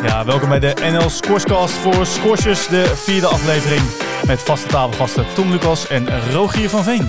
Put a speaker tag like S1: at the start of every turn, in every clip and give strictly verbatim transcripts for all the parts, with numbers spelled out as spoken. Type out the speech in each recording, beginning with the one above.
S1: Ja, welkom bij de N L Squashcast voor Squashers, de vierde aflevering. Met vaste tafelgasten Tom Lucas en Rogier van Veen.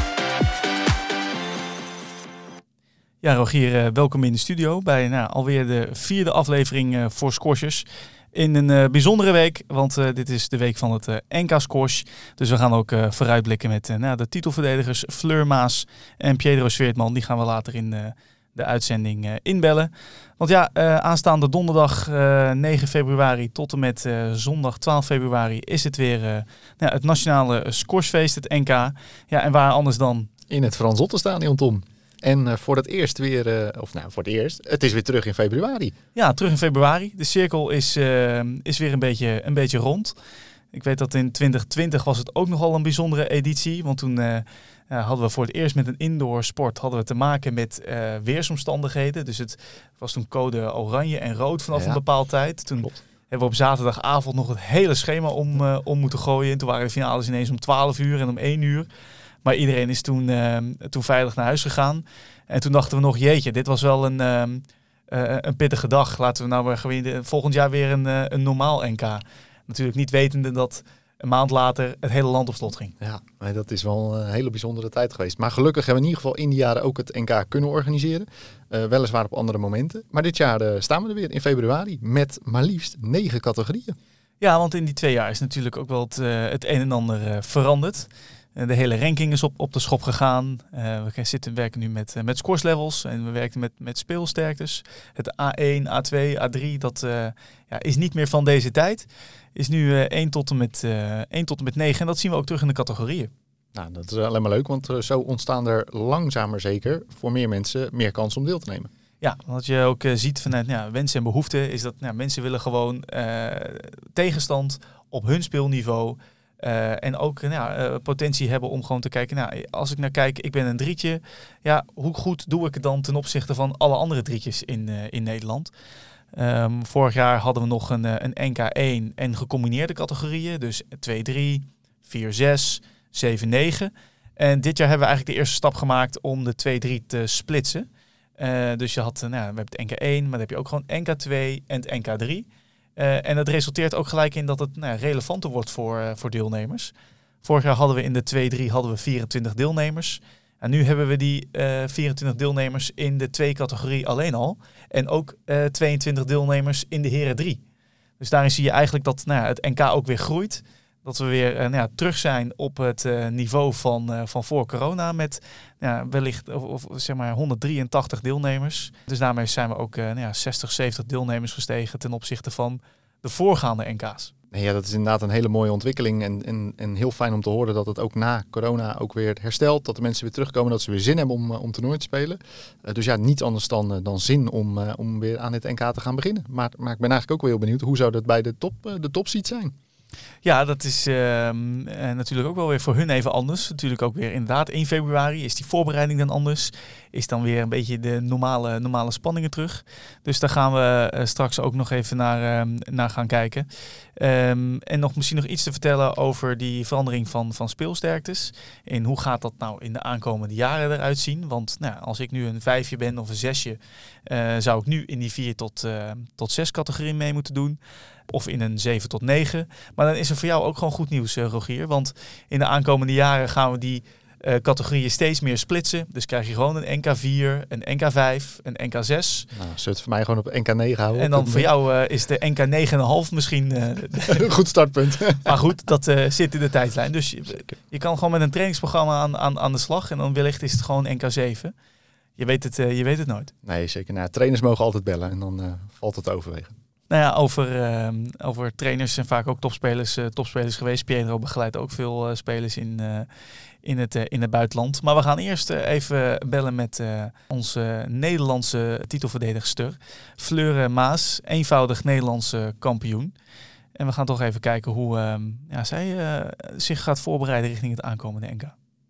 S1: Ja, Rogier, welkom in de studio bij nou, alweer de vierde aflevering uh, voor Squashers. In een uh, bijzondere week, want uh, dit is de week van het uh, N K Squash. Dus we gaan ook uh, vooruitblikken met uh, nou, de titelverdedigers Fleur Maas en Pietro Sweertman. Die gaan we later in uh, de uitzending uh, inbellen. Want ja, uh, aanstaande donderdag uh, negen februari tot en met uh, zondag twaalf februari is het weer uh, nou, het nationale squashfeest, het N K. Ja, en waar anders dan?
S2: In het Frans Ottenstadion, Tom. En uh, voor het eerst weer, uh, of nou voor het eerst, het is weer terug in februari.
S1: Ja, terug in februari. De cirkel is, uh, is weer een beetje, een beetje rond. Ik weet dat in twintig twintig was het ook nogal een bijzondere editie. Want toen uh, uh, hadden we voor het eerst met een indoor sport hadden we te maken met uh, weersomstandigheden. Dus het was toen code oranje en rood vanaf ja. een bepaald tijd. Toen Klopt. hebben we op zaterdagavond nog het hele schema om, uh, om moeten gooien. En toen waren de finales ineens om twaalf uur en om één uur. Maar iedereen is toen, uh, toen veilig naar huis gegaan. En toen dachten we nog, jeetje, dit was wel een, uh, uh, een pittige dag. Laten we nou maar gewoon volgend jaar weer een, uh, een normaal N K. Natuurlijk niet wetende dat een maand later het hele land op slot ging.
S2: Ja, nee, dat is wel een hele bijzondere tijd geweest. Maar gelukkig hebben we in ieder geval in die jaren ook het N K kunnen organiseren. Uh, weliswaar op andere momenten. Maar dit jaar uh, staan we er weer in februari met maar liefst negen categorieën.
S1: Ja, want in die twee jaar is natuurlijk ook wel het, uh, het een en ander uh, veranderd. De hele ranking is op, op de schop gegaan. Uh, we zitten, werken nu met, uh, met squash levels en we werken met, met speelsterktes. Het A één, A twee, A drie, dat uh, ja, is niet meer van deze tijd. Is nu uh, één, tot en met, uh, één tot en met negen en dat zien we ook terug in de categorieën.
S2: Nou, dat is alleen maar leuk, want uh, zo ontstaan er langzaam maar zeker voor meer mensen meer kans om deel te nemen.
S1: Ja, wat je ook uh, ziet vanuit ja, wensen en behoeften is dat nou, mensen willen gewoon uh, tegenstand op hun speelniveau. Uh, en ook nou, uh, potentie hebben om gewoon te kijken, nou, als ik naar kijk, ik ben een drietje. Ja, hoe goed doe ik het dan ten opzichte van alle andere drietjes in, uh, in Nederland? Um, vorig jaar hadden we nog een, een N K één en gecombineerde categorieën. Dus twee drie, vier zes, zeven negen. En dit jaar hebben we eigenlijk de eerste stap gemaakt om de twee drie te splitsen. Uh, dus je had, nou, we hebben het N K één, maar dan heb je ook gewoon N K twee en het N K drie. Uh, en dat resulteert ook gelijk in dat het nou, relevanter wordt voor, uh, voor deelnemers. Vorig jaar hadden we in de twee drie hadden we vierentwintig deelnemers. En nu hebben we die uh, vierentwintig deelnemers in de twee categorie alleen al. En ook uh, tweeëntwintig deelnemers in de heren drie. Dus daarin zie je eigenlijk dat nou, het N K ook weer groeit. Dat we weer uh, nou ja, terug zijn op het uh, niveau van, uh, van voor corona met nou, wellicht of, of, zeg maar honderddrieëntachtig deelnemers. Dus daarmee zijn we ook uh, nou ja, zestig, zeventig deelnemers gestegen ten opzichte van de voorgaande N K's.
S2: Nee, ja, dat is inderdaad een hele mooie ontwikkeling en, en, en heel fijn om te horen dat het ook na corona ook weer herstelt. Dat de mensen weer terugkomen, dat ze weer zin hebben om, uh, om toernooi te spelen. Uh, dus ja, niet anders dan, uh, dan zin om, uh, om weer aan dit N K te gaan beginnen. Maar, maar ik ben eigenlijk ook wel heel benieuwd, hoe zou dat bij de top, uh, de topseed zijn?
S1: Ja, dat is uh, natuurlijk ook wel weer voor hun even anders. Natuurlijk ook weer inderdaad één februari is die voorbereiding dan anders. Is dan weer een beetje de normale, normale spanningen terug. Dus daar gaan we uh, straks ook nog even naar, uh, naar gaan kijken. Um, en nog misschien nog iets te vertellen over die verandering van, van speelsterktes. En hoe gaat dat nou in de aankomende jaren eruit zien? Want nou, als ik nu een vijfje ben of een zesje, uh, zou ik nu in die vier tot, uh, tot zes categorie mee moeten doen. Of in een zeven tot negen. Maar dan is er voor jou ook gewoon goed nieuws, uh, Rogier. Want in de aankomende jaren gaan we die uh, categorieën steeds meer splitsen. Dus krijg je gewoon een N K vier, een N K vijf, een N K zes.
S2: Nou, zullen we het voor mij gewoon op N K negen houden?
S1: En dan voor jou uh, is de N K negen komma vijf misschien... Uh,
S2: goed startpunt.
S1: Maar goed, dat uh, zit in de tijdlijn. Dus je, je kan gewoon met een trainingsprogramma aan, aan, aan de slag. En dan wellicht is het gewoon N K zeven. Je weet het, uh, je weet het nooit.
S2: Nee, zeker. Nou, trainers mogen altijd bellen en dan uh, valt het overwegen.
S1: Nou ja, over, uh, over trainers zijn vaak ook topspelers, uh, topspelers geweest. Pietro begeleidt ook veel uh, spelers in, uh, in, het, uh, in het buitenland. Maar we gaan eerst uh, even bellen met uh, onze Nederlandse titelverdedigster. Fleur Maas, eenvoudig Nederlandse kampioen. En we gaan toch even kijken hoe uh, ja, zij uh, zich gaat voorbereiden richting het aankomende N K.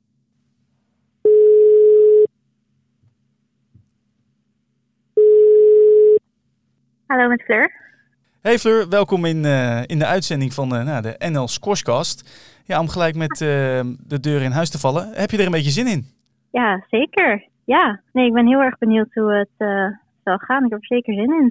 S3: Hallo, met Fleur.
S1: Hey Fleur, welkom in, uh, in de uitzending van uh, nou, de N L Squashcast. Ja, om gelijk met uh, de deur in huis te vallen. Heb je er een beetje zin in?
S3: Ja, zeker. Ja, nee, ik ben heel erg benieuwd hoe het uh, zal gaan. Ik heb er zeker zin in.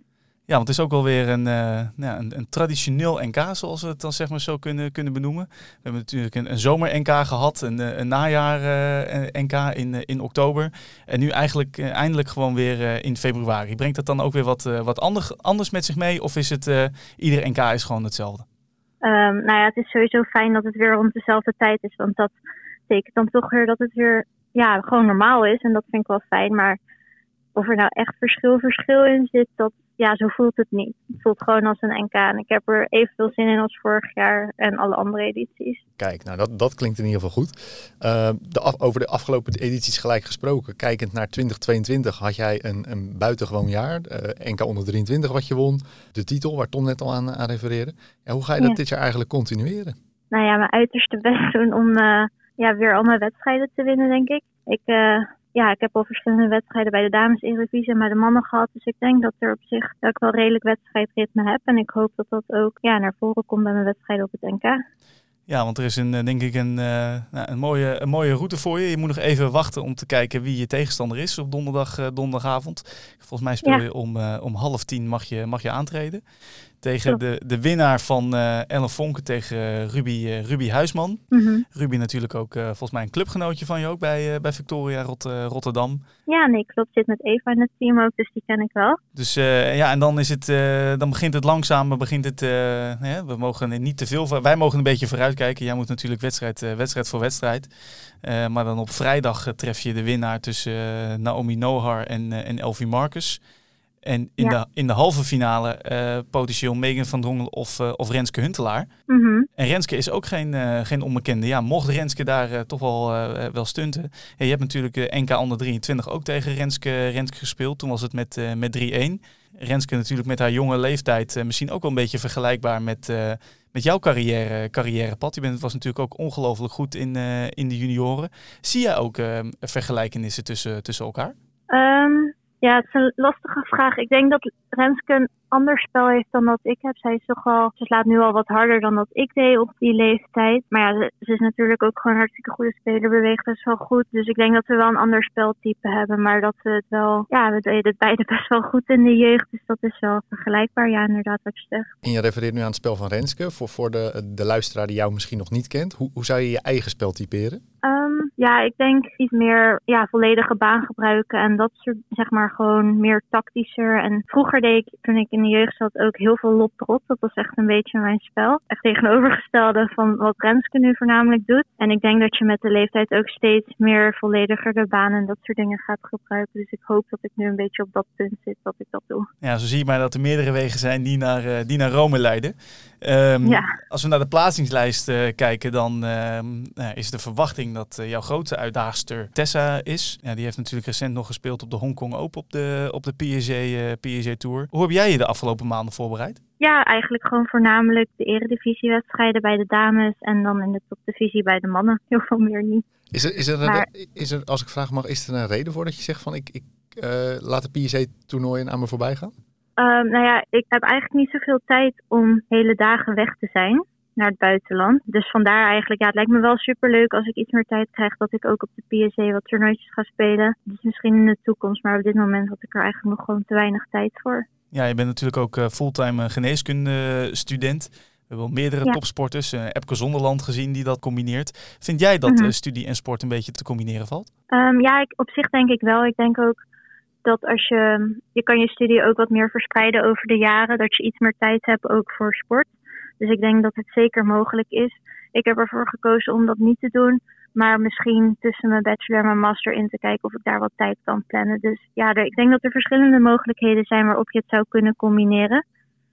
S1: Ja, want het is ook wel weer een, uh, nou, een, een traditioneel N K, zoals we het dan zeg maar zo kunnen, kunnen benoemen. We hebben natuurlijk een, een zomer-N K gehad, een, een najaar-N K uh, in, uh, in oktober. En nu eigenlijk uh, eindelijk gewoon weer uh, in februari. Brengt dat dan ook weer wat, uh, wat ander, anders met zich mee? Of is het, uh, ieder N K is gewoon hetzelfde?
S3: Um, nou ja, het is sowieso fijn dat het weer rond dezelfde tijd is. Want dat betekent dan toch weer dat het weer ja, gewoon normaal is. En dat vind ik wel fijn. Maar of er nou echt verschil, verschil in zit, dat, ja, zo voelt het niet. Het voelt gewoon als een N K. En ik heb er evenveel zin in als vorig jaar en alle andere edities.
S2: Kijk, nou dat, dat klinkt in ieder geval goed. Uh, de af, over de afgelopen edities gelijk gesproken. Kijkend naar twintig tweeëntwintig had jij een, een buitengewoon jaar. Uh, N K onder drieëntwintig wat je won. De titel waar Tom net al aan, aan refereerde. Ja, hoe ga je dat ja. dit jaar eigenlijk continueren?
S3: Nou ja, mijn uiterste best doen om uh, ja, weer al mijn wedstrijden te winnen, denk ik. Ik... Uh, Ja, ik heb al verschillende wedstrijden bij de dames-Eredivisie en bij de mannen gehad. Dus ik denk dat er op zich dat ik wel redelijk wedstrijdritme heb. En ik hoop dat dat ook ja, naar voren komt bij mijn wedstrijden op het N K.
S1: Ja, want er is een, denk ik een, uh, nou, een, mooie, een mooie route voor je. Je moet nog even wachten om te kijken wie je tegenstander is op donderdag, uh, donderdagavond. Volgens mij speel je ja. om, uh, om half tien mag je, mag je aantreden. Tegen de, de winnaar van uh, Ellen Vonken tegen uh, Ruby, uh, Ruby Huisman. Mm-hmm. Ruby natuurlijk ook uh, volgens mij een clubgenootje van je ook bij, uh, bij Victoria Rot, uh, Rotterdam.
S3: Ja, nee, klopt. Zit met Eva in het team ook, dus die ken ik wel.
S1: Dus uh, ja, en dan is het, uh, dan begint het langzaam, begint het, uh, hè, we mogen niet te veel, wij mogen een beetje vooruitkijken. Jij moet natuurlijk wedstrijd, uh, wedstrijd voor wedstrijd. Uh, maar dan op vrijdag uh, tref je de winnaar tussen uh, Naomi Nohar en, uh, en Elfie Marcus. En in, ja. de, in de halve finale uh, potentieel Megan van Drongelen of, uh, of Renske Huntelaar. Mm-hmm. En Renske is ook geen, uh, geen onbekende. Ja, mocht Renske daar uh, toch wel, uh, wel stunten. Ja, je hebt natuurlijk uh, N K onder drieëntwintig ook tegen Renske, Renske gespeeld. Toen was het met, uh, met drie-een. Renske natuurlijk met haar jonge leeftijd uh, misschien ook wel een beetje vergelijkbaar met, uh, met jouw carrière, carrièrepad. Je bent, was natuurlijk ook ongelooflijk goed in, uh, in de junioren. Zie jij ook uh, vergelijkenissen tussen, tussen elkaar?
S3: Um... Ja, het is een lastige vraag. Ik denk dat Renske een ander spel heeft dan dat ik heb. Zij is toch al, ze slaat nu al wat harder dan dat ik deed op die leeftijd. Maar ja, ze, ze is natuurlijk ook gewoon een hartstikke goede speler, beweegt best wel goed. Dus ik denk dat we wel een ander speltype hebben. Maar dat we het wel, ja, we deden het beide best wel goed in de jeugd. Dus dat is wel vergelijkbaar, ja, inderdaad wat je zegt.
S2: En je refereert nu aan het spel van Renske. Voor, voor de, de luisteraar die jou misschien nog niet kent. Hoe, hoe zou je je eigen spel typeren?
S3: Um, ja, ik denk iets meer ja, volledige baan gebruiken en dat soort, zeg maar, gewoon meer tactischer. En vroeger deed ik, toen ik in de jeugd zat, ook heel veel lop-drop. Dat was echt een beetje mijn spel. Echt tegenovergestelde van wat Renske nu voornamelijk doet. En ik denk dat je met de leeftijd ook steeds meer vollediger de baan en dat soort dingen gaat gebruiken. Dus ik hoop dat ik nu een beetje op dat punt zit dat ik dat doe.
S1: Ja, zo zie je maar dat er meerdere wegen zijn die naar, uh, die naar Rome leiden. Um, ja. Als we naar de plaatsingslijst uh, kijken, dan uh, uh, is de verwachting dat uh, jouw grote uitdaagster Tessa is. Ja, die heeft natuurlijk recent nog gespeeld op de Hong Kong Open op de, op de P S A, uh, P S A Tour. Hoe heb jij je de afgelopen maanden voorbereid?
S3: Ja, eigenlijk gewoon voornamelijk de eredivisiewedstrijden bij de dames en dan in de topdivisie bij de mannen. Heel veel meer niet.
S2: Is er, is er, maar, een, is er als ik vraag mag, is er een reden voor dat je zegt van ik, ik uh, laat de P S A-toernooien aan me voorbij gaan?
S3: Um, nou ja, ik heb eigenlijk niet zoveel tijd om hele dagen weg te zijn naar het buitenland. Dus vandaar eigenlijk, ja, het lijkt me wel superleuk als ik iets meer tijd krijg dat ik ook op de P S A wat toernooitjes ga spelen. Dus misschien in de toekomst, maar op dit moment had ik er eigenlijk nog gewoon te weinig tijd voor.
S1: Ja, je bent natuurlijk ook uh, fulltime geneeskundestudent. We hebben wel meerdere ja. topsporters. Uh, Epke Zonderland gezien die dat combineert. Vind jij dat mm-hmm. uh, studie en sport een beetje te combineren valt?
S3: Um, ja, ik, op zich denk ik wel. Ik denk ook dat als je, je kan je studie ook wat meer verspreiden over de jaren. Dat je iets meer tijd hebt ook voor sport. Dus ik denk dat het zeker mogelijk is. Ik heb ervoor gekozen om dat niet te doen. Maar misschien tussen mijn bachelor en mijn master in te kijken of ik daar wat tijd kan plannen. Dus ja, er, ik denk dat er verschillende mogelijkheden zijn waarop je het zou kunnen combineren.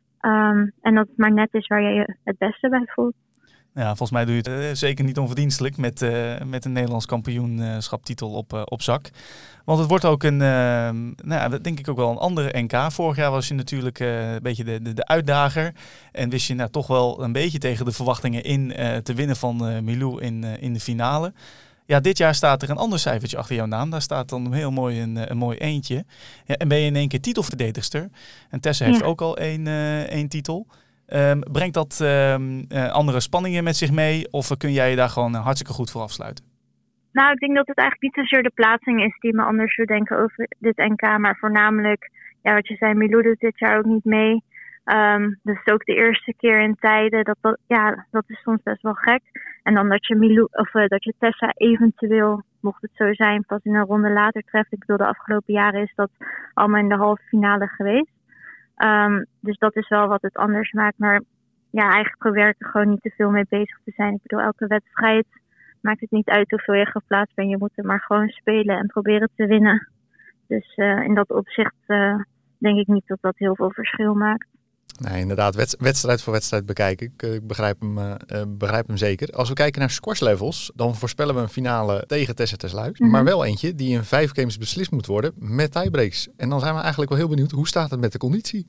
S3: Um, en dat het maar net is waar je je het beste bij voelt.
S1: Ja, volgens mij doe je het uh, zeker niet onverdienstelijk met, uh, met een Nederlands kampioenschaptitel op, uh, op zak. Want het wordt ook een, uh, nou ja, denk ik ook wel een andere N K. Vorig jaar was je natuurlijk uh, een beetje de, de, de uitdager. En wist je nou toch wel een beetje tegen de verwachtingen in uh, te winnen van uh, Milou in, uh, in de finale. Ja, dit jaar staat er een ander cijfertje achter jouw naam. Daar staat dan heel mooi een, een mooi eentje. Ja, en ben je in één keer titelverdedigster. En Tessa heeft ja. ook al één, uh, één titel. Um, brengt dat um, uh, andere spanningen met zich mee? Of kun jij je daar gewoon uh, hartstikke goed voor afsluiten?
S3: Nou, ik denk dat het eigenlijk niet zozeer de plaatsing is die me anders doet denken over dit N K. Maar voornamelijk, ja, wat je zei, Milou doet dit jaar ook niet mee. Um, dus ook de eerste keer in tijden, dat, dat, ja, dat is soms best wel gek. En dan dat je Milou, of uh, dat je Tessa eventueel, mocht het zo zijn, pas in een ronde later treft. Ik bedoel, de afgelopen jaren is dat allemaal in de halve finale geweest. Um, dus dat is wel wat het anders maakt. Maar ja, eigenlijk probeer ik er gewoon niet te veel mee bezig te zijn. Ik bedoel, elke wedstrijd maakt het niet uit hoeveel je geplaatst bent. Je moet er maar gewoon spelen en proberen te winnen. Dus uh, in dat opzicht uh, denk ik niet dat dat heel veel verschil maakt.
S2: Nee, inderdaad, wedstrijd voor wedstrijd bekijken. Ik, ik begrijp, hem, uh, begrijp hem zeker. Als we kijken naar scorelevels, dan voorspellen we een finale tegen Tessa Tersluis. Mm-hmm. Maar wel eentje die in vijf games beslist moet worden met tiebreaks. En dan zijn we eigenlijk wel heel benieuwd, hoe staat het met de conditie?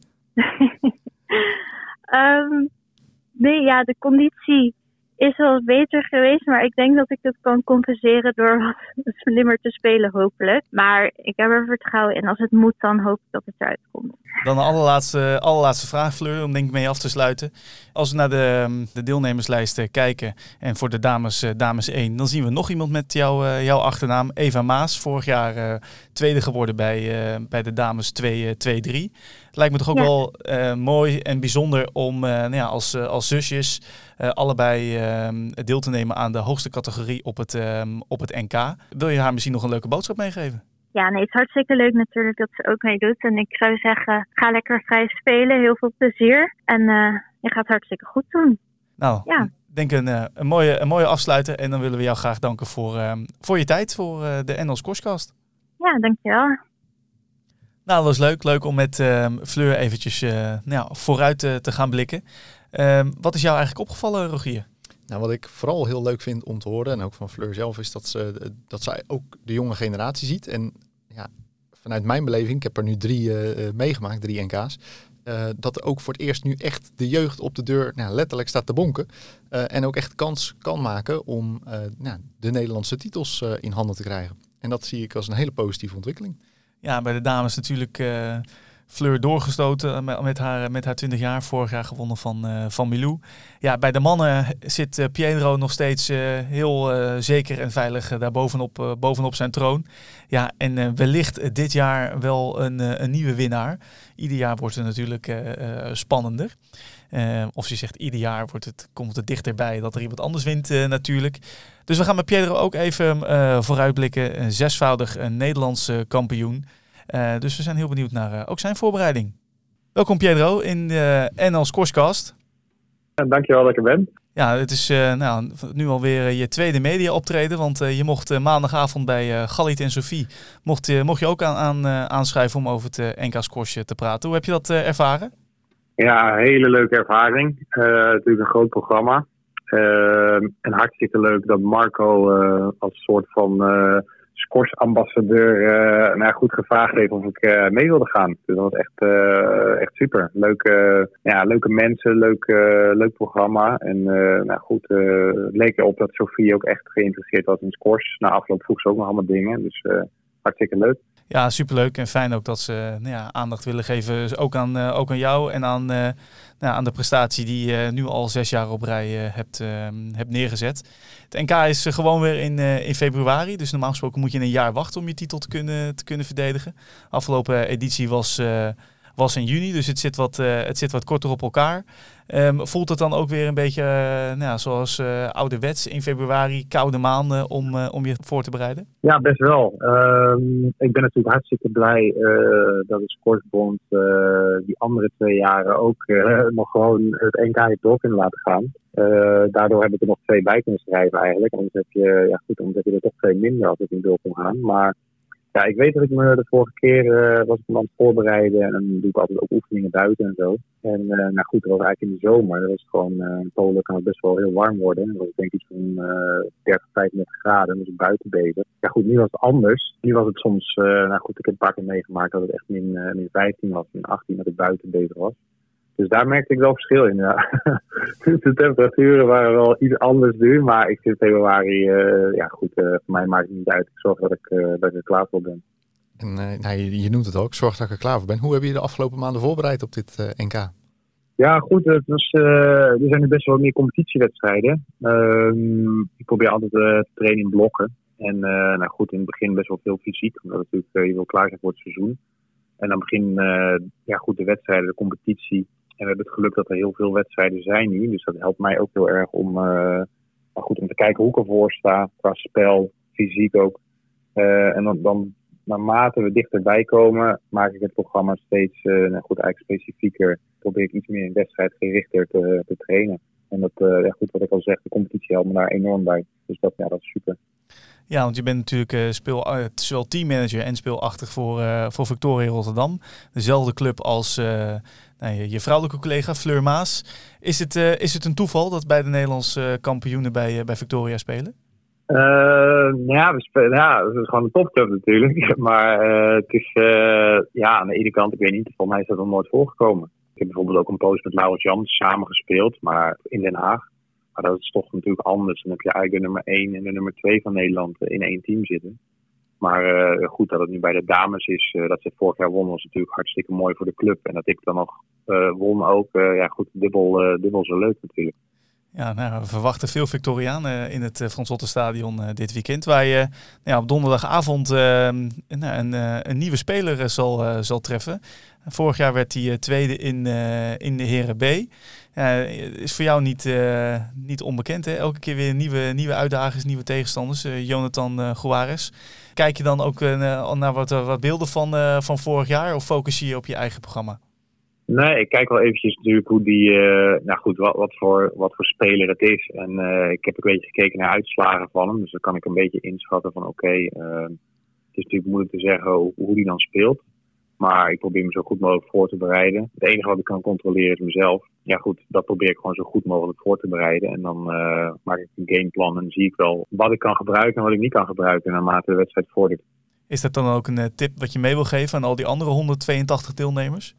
S2: um, nee, ja, de conditie is wel beter geweest, maar ik denk dat ik het kan compenseren door wat slimmer te spelen, hopelijk. Maar ik heb er vertrouwen in. Als het moet, dan hoop ik dat het eruit komt.
S1: Dan de allerlaatste, allerlaatste vraag, Fleur, om denk ik mee af te sluiten. Als we naar de, de deelnemerslijsten kijken en voor de dames, dames één, dan zien we nog iemand met jou, uh, jouw achternaam, Eva Maas. Vorig jaar uh, tweede geworden bij, uh, bij de dames twee drie. Het lijkt me toch ook ja. wel uh, mooi en bijzonder om uh, nou ja, als, uh, als zusjes uh, allebei uh, deel te nemen aan de hoogste categorie op het, uh, op het N K. Wil je haar misschien nog een leuke boodschap meegeven?
S3: Ja, nee, het is hartstikke leuk natuurlijk dat ze ook meedoet. En ik zou zeggen, ga lekker vrij spelen. Heel veel plezier. En uh, je gaat hartstikke goed doen.
S1: Nou, ja. Ik denk een, een, mooie, een mooie afsluiter. En dan willen we jou graag danken voor, uh, voor je tijd, voor uh, de N L Scorescast.
S3: Ja, dankjewel.
S1: Nou, dat was leuk. Leuk om met uh, Fleur eventjes uh, nou, vooruit uh, te gaan blikken. Uh, wat is jou eigenlijk opgevallen, Rogier?
S2: Nou, wat ik vooral heel leuk vind om te horen, en ook van Fleur zelf, is dat ze, dat zij ook de jonge generatie ziet. En ja, vanuit mijn beleving, ik heb er nu drie uh, meegemaakt, drie N K's, uh, dat er ook voor het eerst nu echt de jeugd op de deur nou, letterlijk staat te bonken. Uh, en ook echt kans kan maken om uh, nou, de Nederlandse titels uh, in handen te krijgen. En dat zie ik als een hele positieve ontwikkeling.
S1: Ja, bij de dames natuurlijk uh, Fleur doorgestoten met, met, haar, met haar twintig jaar. Vorig jaar gewonnen van, uh, van Milou. Ja, bij de mannen zit uh, Pietro nog steeds uh, heel uh, zeker en veilig uh, daar bovenop, uh, bovenop zijn troon. Ja, en uh, wellicht dit jaar wel een, uh, een nieuwe winnaar. Ieder jaar wordt het natuurlijk uh, uh, spannender. Uh, of je zegt ieder jaar wordt het, komt het dichterbij dat er iemand anders wint uh, natuurlijk. Dus we gaan met Pietro ook even uh, vooruitblikken. Een zesvoudig uh, Nederlandse kampioen. Uh, dus we zijn heel benieuwd naar uh, ook zijn voorbereiding. Welkom Pietro in de N L Scorescast.
S4: Ja, dankjewel dat ik er ben.
S1: Ja, het is uh, nou, nu alweer uh, je tweede media optreden. Want uh, je mocht uh, maandagavond bij uh, Galit en Sophie mocht, uh, mocht je ook aan, aan, uh, aanschrijven om over het uh, N K Squash te praten. Hoe heb je dat uh, ervaren?
S4: Ja, hele leuke ervaring. Uh, natuurlijk een groot programma. Uh, en hartstikke leuk dat Marco uh, als soort van uh, squash-ambassadeur uh, nou, goed gevraagd heeft of ik uh, mee wilde gaan. Dus dat was echt, uh, echt super. Leuke, ja, leuke mensen, leuk, uh, leuk programma. En uh, nou goed, uh, het leek erop dat Sophie ook echt geïnteresseerd was in squash. Na afloop vroeg ze ook nog allemaal dingen. Dus uh, hartstikke leuk.
S1: Ja, superleuk en fijn ook dat ze nou ja, aandacht willen geven, ook aan, uh, ook aan jou en aan, uh, nou, aan de prestatie die je uh, nu al zes jaar op rij uh, hebt, uh, hebt neergezet. Het N K is uh, gewoon weer in, uh, in februari, dus normaal gesproken moet je een jaar wachten om je titel te kunnen, te kunnen verdedigen. Afgelopen editie was, uh, was in juni, dus het zit wat, uh, het zit wat korter op elkaar. Um, voelt het dan ook weer een beetje uh, nou, zoals uh, ouderwets in februari, koude maanden om, uh, om je voor te bereiden?
S4: Ja, best wel. Um, ik ben natuurlijk hartstikke blij uh, dat de Squashbond uh, die andere twee jaren ook uh, nog gewoon het N K door kunnen laten gaan. Uh, daardoor heb ik er nog twee bij kunnen schrijven eigenlijk. Anders heb je, ja goed, anders heb je er toch twee minder als ik in door kon gaan. Maar ja, ik weet dat ik me de vorige keer uh, was ik me aan het voorbereiden en dan doe ik altijd ook oefeningen buiten en zo. En uh, nou goed, dat was eigenlijk in de zomer. Dat was gewoon, uh, in Polen kan het best wel heel warm worden. Dat was denk ik iets van uh, dertig, vijfendertig graden, dan was ik buiten bezig. Ja goed, nu was het anders. Nu was het soms, uh, nou goed, ik heb een paar keer meegemaakt dat het echt min, uh, min vijftien was, min achttien dat ik buiten bezig was. Dus daar merkte ik wel verschil in. Ja. De temperaturen waren wel iets anders nu, maar ik zit februari, uh, ja goed, uh, voor mij maakt het niet uit. Ik zorg dat ik, uh, dat ik er klaar voor ben.
S2: En uh, nou, je, je noemt het ook, zorg dat ik er klaar voor ben. Hoe heb je de afgelopen maanden voorbereid op dit uh, N K?
S4: Ja, goed. Het was, uh, er zijn nu best wel meer competitiewedstrijden. Um, ik probeer altijd uh, te trainen in blokken. En uh, nou goed, in het begin best wel veel fysiek, omdat natuurlijk uh, je wil klaar zijn voor het seizoen. En dan begin uh, ja, goed, de wedstrijden, de competitie. En we hebben het geluk dat er heel veel wedstrijden zijn nu. Dus dat helpt mij ook heel erg om, uh, goed, om te kijken hoe ik ervoor sta. Qua spel, fysiek ook. Uh, en dan, dan naarmate we dichterbij komen, maak ik het programma steeds uh, nou goed, eigenlijk specifieker. Probeer ik iets meer in wedstrijdgerichter te, te trainen. En dat, uh, ja, goed, wat ik al zeg, de competitie helpt me daar enorm bij. Dus dat, ja, dat is super.
S1: Ja, want je bent natuurlijk uh, speel, uh, zowel teammanager en speelachtig voor, uh, voor Victoria Rotterdam. Dezelfde club als uh, nou, je, je vrouwelijke collega Fleur Maas. Is het, uh, is het een toeval dat beide Nederlandse uh, kampioenen bij, uh, bij Victoria spelen?
S4: Uh, nou ja, we spelen, ja, het is gewoon een topclub natuurlijk. Maar uh, het is, uh, ja, aan de ene kant, ik weet niet, voor mij is dat nog nooit voorgekomen. Ik heb bijvoorbeeld ook een poos met Laurens Jans samen gespeeld, maar in Den Haag. Maar dat is toch natuurlijk anders. Dan heb je eigenlijk de nummer één en de nummer twee van Nederland in één team zitten. Maar uh, goed, dat het nu bij de dames is, uh, dat ze vorig jaar won, was natuurlijk hartstikke mooi voor de club. En dat ik dan nog uh, won ook, uh, ja goed, dubbel, uh, dubbel zo leuk natuurlijk.
S1: Ja, nou, we verwachten veel Victorianen in het uh, Frans Otter Stadion uh, dit weekend. Waar je uh, ja, op donderdagavond uh, een, een, een nieuwe speler uh, zal, uh, zal treffen. Vorig jaar werd hij uh, tweede in, uh, in de Heren B. Uh, is voor jou niet, uh, niet onbekend, hè? Elke keer weer nieuwe, nieuwe uitdagers, nieuwe tegenstanders. Uh, Jonathan uh, Juarez. Kijk je dan ook uh, naar wat, uh, wat beelden van, uh, van vorig jaar of focus je je op je eigen programma?
S4: Nee, ik kijk wel eventjes natuurlijk hoe die, uh, nou goed, wat, wat, voor, wat voor speler het is. En uh, ik heb een beetje gekeken naar uitslagen van hem. Dus dan kan ik een beetje inschatten van oké, okay, uh, het is natuurlijk moeilijk te zeggen hoe, hoe die dan speelt. Maar ik probeer me zo goed mogelijk voor te bereiden. Het enige wat ik kan controleren is mezelf. Ja goed, dat probeer ik gewoon zo goed mogelijk voor te bereiden. En dan uh, maak ik een gameplan en zie ik wel wat ik kan gebruiken en wat ik niet kan gebruiken naarmate de wedstrijd vordert.
S1: Is dat dan ook een uh, tip wat je mee wil geven aan al die andere honderdtweeëntachtig deelnemers?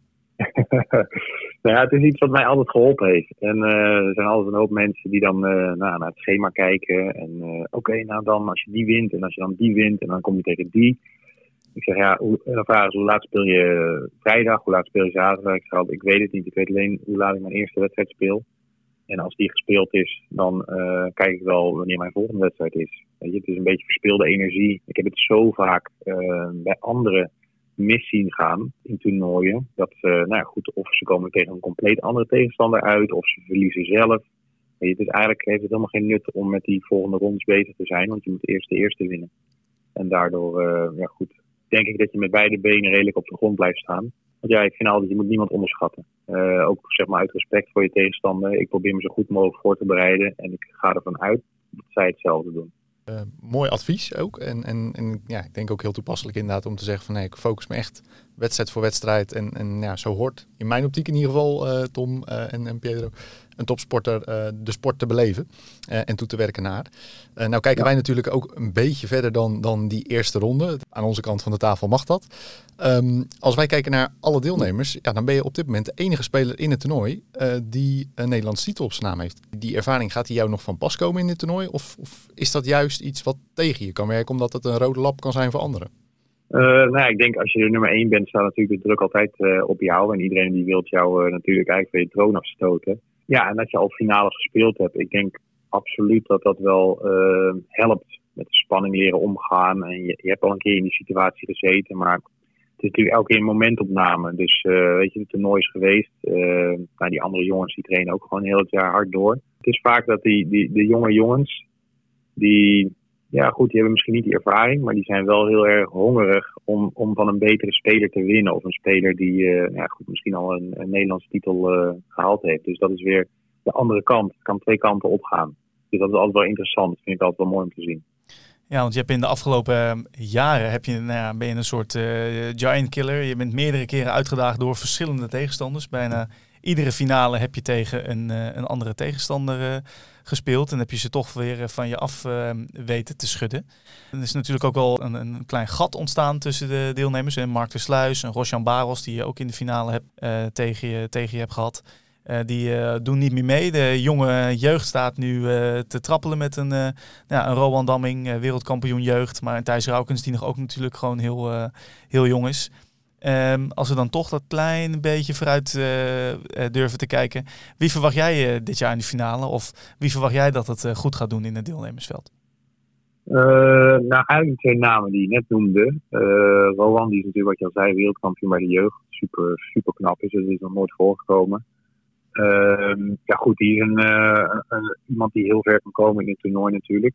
S4: Nou ja, het is iets wat mij altijd geholpen heeft. En uh, er zijn altijd een hoop mensen die dan uh, nou, naar het schema kijken. En uh, oké, okay, nou dan als je die wint en als je dan die wint en dan kom je tegen die. Ik zeg ja, hoe, dan vragen ze hoe laat speel je vrijdag, hoe laat speel je zaterdag. Ik zeg altijd, ik weet het niet. Ik weet alleen hoe laat ik mijn eerste wedstrijd speel. En als die gespeeld is, dan uh, kijk ik wel wanneer mijn volgende wedstrijd is. Weet je, het is een beetje verspilde energie. Ik heb het zo vaak uh, bij anderen mis zien gaan in toernooien. Dat uh, nou ja, goed, of ze komen tegen een compleet andere tegenstander uit, of ze verliezen zelf. Weet je, het is eigenlijk heeft het helemaal geen nut om met die volgende rondes bezig te zijn, want je moet eerst de eerste winnen. En daardoor, uh, ja goed, denk ik dat je met beide benen redelijk op de grond blijft staan. Want ja, ik vind altijd, je moet niemand onderschatten. Uh, ook zeg maar uit respect voor je tegenstander. Ik probeer me zo goed mogelijk voor te bereiden en ik ga ervan uit dat zij hetzelfde doen.
S2: Uh, mooi advies ook. En, en, en ja, ik denk ook heel toepasselijk inderdaad om te zeggen van nee, ik focus me echt wedstrijd voor wedstrijd. En, en ja, zo hoort in mijn optiek in ieder geval, uh, Tom uh, en, en Pedro, een topsporter uh, de sport te beleven uh, en toe te werken naar. Uh, nou kijken ja. wij natuurlijk ook een beetje verder dan, dan die eerste ronde. Aan onze kant van de tafel mag dat. Um, als wij kijken naar alle deelnemers, ja, dan ben je op dit moment de enige speler in het toernooi uh, die een Nederlands titel op zijn naam heeft. Die ervaring, gaat die jou nog van pas komen in dit toernooi? Of, of is dat juist iets wat tegen je kan werken, omdat het een rode lap kan zijn voor anderen?
S4: Uh, nou ja, ik denk als je de nummer één bent, staat natuurlijk de druk altijd uh, op jou. En iedereen die wil jou uh, natuurlijk eigenlijk van je troon afstoten. Ja, en dat je al finales gespeeld hebt. Ik denk absoluut dat dat wel uh, helpt met de spanning leren omgaan. En je, je hebt al een keer in die situatie gezeten, maar het is natuurlijk elke keer een momentopname. Dus uh, weet je, het toernooi is geweest. Uh, nou, die andere jongens die trainen ook gewoon heel het jaar hard door. Het is vaak dat die, die, de jonge jongens, die, ja goed, die hebben misschien niet die ervaring, maar die zijn wel heel erg hongerig om, om van een betere speler te winnen. Of een speler die uh, ja, goed, misschien al een, een Nederlandse titel uh, gehaald heeft. Dus dat is weer de andere kant. Het kan twee kanten opgaan. Dus dat is altijd wel interessant. Dat vind ik altijd wel mooi om te zien.
S1: Ja, want je hebt in de afgelopen jaren heb je, nou ja, ben je een soort uh, giant killer. Je bent meerdere keren uitgedaagd door verschillende tegenstanders. Bijna iedere finale heb je tegen een, uh, een andere tegenstander uh, gespeeld. En heb je ze toch weer van je af uh, weten te schudden. Er is natuurlijk ook wel een, een klein gat ontstaan tussen de deelnemers. En Mark de Sluis en Rosjan Baros, die je ook in de finale hebt, uh, tegen, je, tegen je hebt gehad. Uh, die uh, doen niet meer mee. De jonge jeugd staat nu uh, te trappelen met een, uh, ja, een Rowan Damming, uh, wereldkampioen jeugd. Maar een Thijs Raukens die nog ook natuurlijk gewoon heel, uh, heel jong is. Um, als we dan toch dat klein beetje vooruit uh, uh, durven te kijken. Wie verwacht jij uh, dit jaar in de finale? Of wie verwacht jij dat het uh, goed gaat doen in het deelnemersveld?
S4: Uh, nou, eigenlijk de twee namen die je net noemde. Uh, Rowan, die is natuurlijk wat je al zei, wereldkampioen bij de jeugd. Super, super knap is, dat is nog nooit voorgekomen. Uh, ja goed, die is een, uh, een, iemand die heel ver kan komen in het toernooi natuurlijk.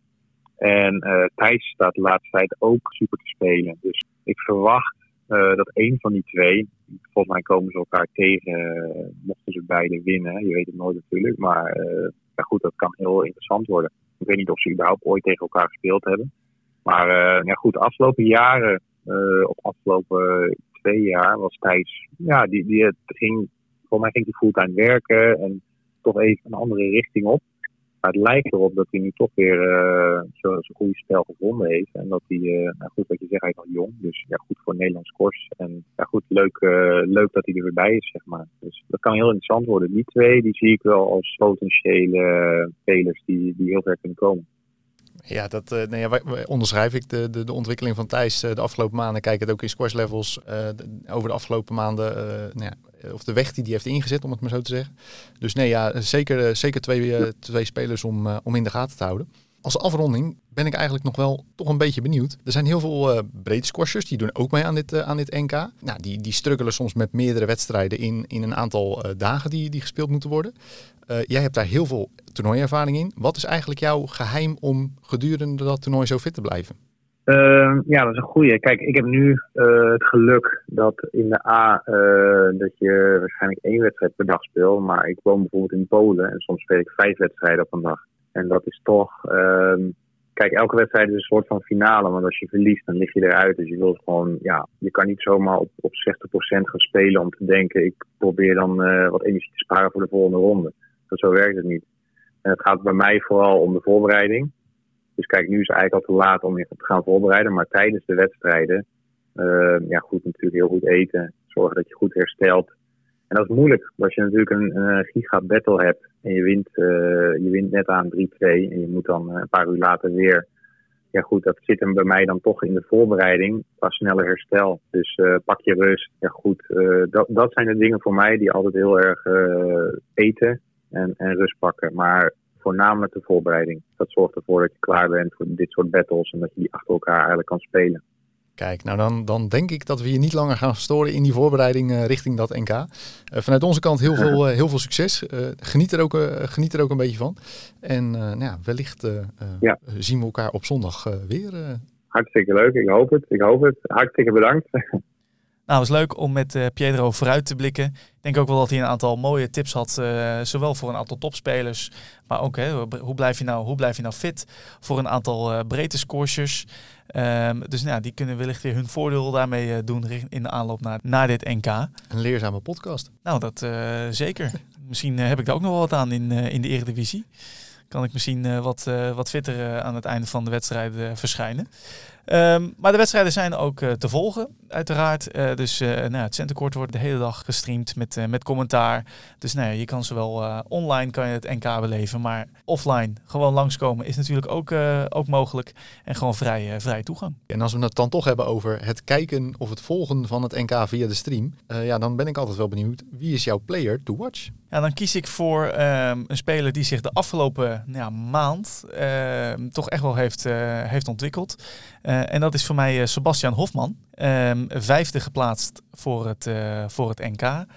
S4: En uh, Thijs staat de laatste tijd ook super te spelen. Dus ik verwacht uh, dat één van die twee, volgens mij komen ze elkaar tegen, uh, mochten ze beide winnen. Je weet het nooit natuurlijk, maar uh, ja goed, dat kan heel interessant worden. Ik weet niet of ze überhaupt ooit tegen elkaar gespeeld hebben. Maar uh, ja goed, de afgelopen jaren, uh, of afgelopen twee jaar, was Thijs, ja, die, die het ging, volgens mij ging hij fulltime werken en toch even een andere richting op. Maar het lijkt erop dat hij nu toch weer uh, zo'n zo goede spel gevonden heeft. En dat hij, uh, nou goed wat je zegt, hij is nog jong. Dus ja, goed voor Nederlands kors. En ja, goed, leuk, uh, leuk dat hij er weer bij is, zeg maar. Dus dat kan heel interessant worden. Die twee, die zie ik wel als potentiële uh, spelers die, die heel ver kunnen komen.
S2: Ja, dat uh, nee, ja, onderschrijf ik de, de, de ontwikkeling van Thijs uh, de afgelopen maanden. Kijk het ook in squash levels uh, de, over de afgelopen maanden. Uh, nou ja, of de weg die hij heeft ingezet, om het maar zo te zeggen. Dus nee, ja, zeker, uh, zeker twee, uh, twee spelers om, uh, om in de gaten te houden. Als afronding ben ik eigenlijk nog wel toch een beetje benieuwd. Er zijn heel veel uh, breed squashers, die doen ook mee aan dit, uh, aan dit N K. Nou, die, die struggelen soms met meerdere wedstrijden in, in een aantal uh, dagen die, die gespeeld moeten worden. Uh, jij hebt daar heel veel toernooiervaring in. Wat is eigenlijk jouw geheim om gedurende dat toernooi zo fit te blijven?
S4: Uh, ja, dat is een goeie. Kijk, ik heb nu uh, het geluk dat in de A uh, dat je waarschijnlijk één wedstrijd per dag speelt. Maar ik woon bijvoorbeeld in Polen en soms speel ik vijf wedstrijden op een dag. En dat is toch... Uh, kijk, elke wedstrijd is een soort van finale. Want als je verliest, dan lig je eruit. Dus je wilt gewoon... Ja, je kan niet zomaar op, op zestig procent gaan spelen om te denken... ik probeer dan uh, wat energie te sparen voor de volgende ronde. Dat zo werkt het niet. En het gaat bij mij vooral om de voorbereiding. Dus kijk, nu is het eigenlijk al te laat om je te gaan voorbereiden. Maar tijdens de wedstrijden... Uh, ja, goed, natuurlijk heel goed eten. Zorgen dat je goed herstelt. En dat is moeilijk. Als je natuurlijk een, een giga battle hebt en je wint, uh, je wint net aan drie twee en je moet dan een paar uur later weer. Ja goed, dat zit hem bij mij dan toch in de voorbereiding qua sneller herstel. Dus uh, pak je rust. Ja goed, uh, dat, dat zijn de dingen voor mij die altijd heel erg uh, eten en, en rust pakken. Maar voornamelijk de voorbereiding. Dat zorgt ervoor dat je klaar bent voor dit soort battles en dat je die achter elkaar eigenlijk kan spelen.
S2: Kijk, nou dan, dan denk ik dat we je niet langer gaan storen in die voorbereiding uh, richting dat N K. Uh, vanuit onze kant heel veel, uh, heel veel succes. Uh, geniet, er ook, uh, geniet er ook een beetje van. En uh, nou ja, wellicht uh, uh, ja. zien we elkaar op zondag uh, weer. Uh.
S4: Hartstikke leuk, ik hoop het. Ik hoop het. Hartstikke bedankt.
S1: Nou, het was leuk om met uh, Pietro vooruit te blikken. Ik denk ook wel dat hij een aantal mooie tips had, uh, zowel voor een aantal topspelers, maar ook hè, hoe, blijf je nou, hoe blijf je nou fit voor een aantal uh, breedte scorers. Um, dus nou, die kunnen wellicht weer hun voordeel daarmee uh, doen in de aanloop naar, naar dit N K.
S2: Een leerzame podcast.
S1: Nou, dat uh, zeker. Misschien uh, heb ik daar ook nog wel wat aan in, uh, in de Eredivisie. Kan ik misschien uh, wat, uh, wat fitter uh, aan het einde van de wedstrijd uh, verschijnen. Um, maar de wedstrijden zijn ook uh, te volgen, uiteraard. Uh, dus uh, nou, het Centercourt wordt de hele dag gestreamd met, uh, met commentaar. Dus nou, je kan zowel uh, online kan je het N K beleven, maar offline gewoon langskomen is natuurlijk ook, uh, ook mogelijk. En gewoon vrij, uh, vrij toegang. En
S2: als we het dan toch hebben over het kijken of het volgen van het N K via de stream. Uh, ja, dan ben ik altijd wel benieuwd. Wie is jouw player to watch?
S1: Ja, dan kies ik voor um, een speler die zich de afgelopen nou ja, maand uh, toch echt wel heeft, uh, heeft ontwikkeld. Uh, en dat is voor mij uh, Sebastian Hofman. Um, vijfde geplaatst voor het, uh, voor het N K. Um,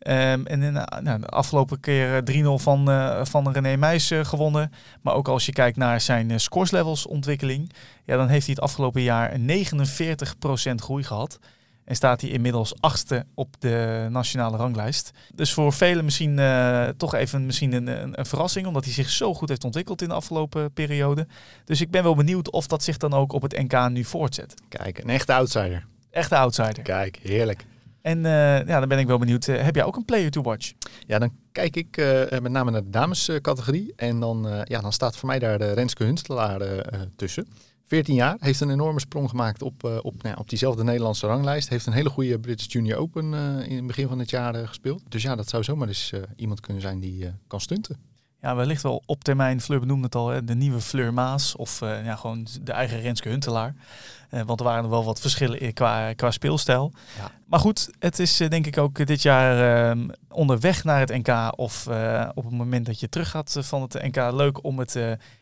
S1: en in, uh, nou, de afgelopen keer uh, drie nul van, uh, van René Meijs uh, gewonnen. Maar ook als je kijkt naar zijn uh, scoreslevels ontwikkeling. Ja, dan heeft hij het afgelopen jaar een negenenveertig procent groei gehad. En staat hij inmiddels achtste op de nationale ranglijst. Dus voor velen misschien uh, toch even misschien een, een, een verrassing. Omdat hij zich zo goed heeft ontwikkeld in de afgelopen periode. Dus ik ben wel benieuwd of dat zich dan ook op het N K nu voortzet.
S2: Kijk, een echte outsider.
S1: Echte outsider.
S2: Kijk, heerlijk.
S1: En uh, ja, dan ben ik wel benieuwd. Uh, heb jij ook een player to watch?
S2: Ja, dan kijk ik uh, met name naar de damescategorie. En dan, uh, ja, dan staat voor mij daar de Renske Huntelaar uh, tussen. veertien jaar, heeft een enorme sprong gemaakt op, uh, op, nou ja, op diezelfde Nederlandse ranglijst. Heeft een hele goede British Junior Open uh, in het begin van het jaar uh, gespeeld. Dus ja, dat zou zomaar eens uh, iemand kunnen zijn die uh, kan stunten.
S1: Ja, wellicht wel op termijn, Fleur benoemde het al, hè, de nieuwe Fleur Maas. Of uh, ja, gewoon de eigen Renske Huntelaar. Uh, want er waren er wel wat verschillen qua, qua speelstijl. Ja. Maar goed, het is uh, denk ik ook dit jaar uh, onderweg naar het N K. Of uh, op het moment dat je terug gaat van het N K, leuk om het uh,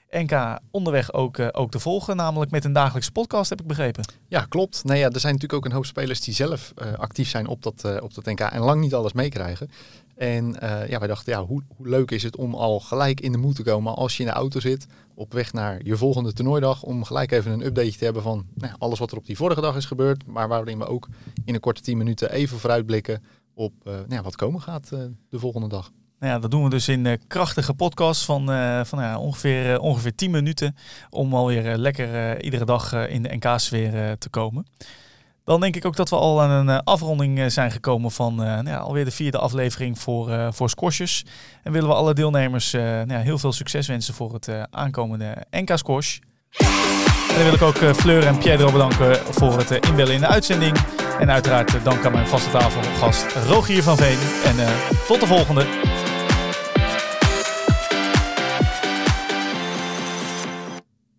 S1: N K onderweg ook, uh, ook te volgen. Namelijk met een dagelijkse podcast, heb ik begrepen.
S2: Ja, klopt. Nee, ja, er zijn natuurlijk ook een hoop spelers die zelf uh, actief zijn op dat, uh, op dat N K en lang niet alles meekrijgen. En uh, ja, wij dachten, ja, hoe, hoe leuk is het om al gelijk in de moed te komen als je in de auto zit op weg naar je volgende toernooidag, om gelijk even een updateje te hebben van nou, alles wat er op die vorige dag is gebeurd, maar waarin we ook in een korte tien minuten even vooruitblikken op uh, nou ja, wat komen gaat uh, de volgende dag.
S1: Nou ja, dat doen we dus in uh, krachtige podcasts van, uh, van uh, ongeveer, uh, ongeveer tien minuten om alweer uh, lekker uh, iedere dag uh, in de N K-sfeer uh, te komen. Dan denk ik ook dat we al aan een uh, afronding uh, zijn gekomen van uh, nou ja, alweer de vierde aflevering voor, uh, voor Squashers. En willen we alle deelnemers uh, nou ja, heel veel succes wensen voor het uh, aankomende N K Squash. En dan wil ik ook uh, Fleur en Pietro bedanken voor het uh, inbellen in de uitzending. En uiteraard uh, dank aan mijn vaste tafelgast Rogier van Veen. En uh, tot de volgende.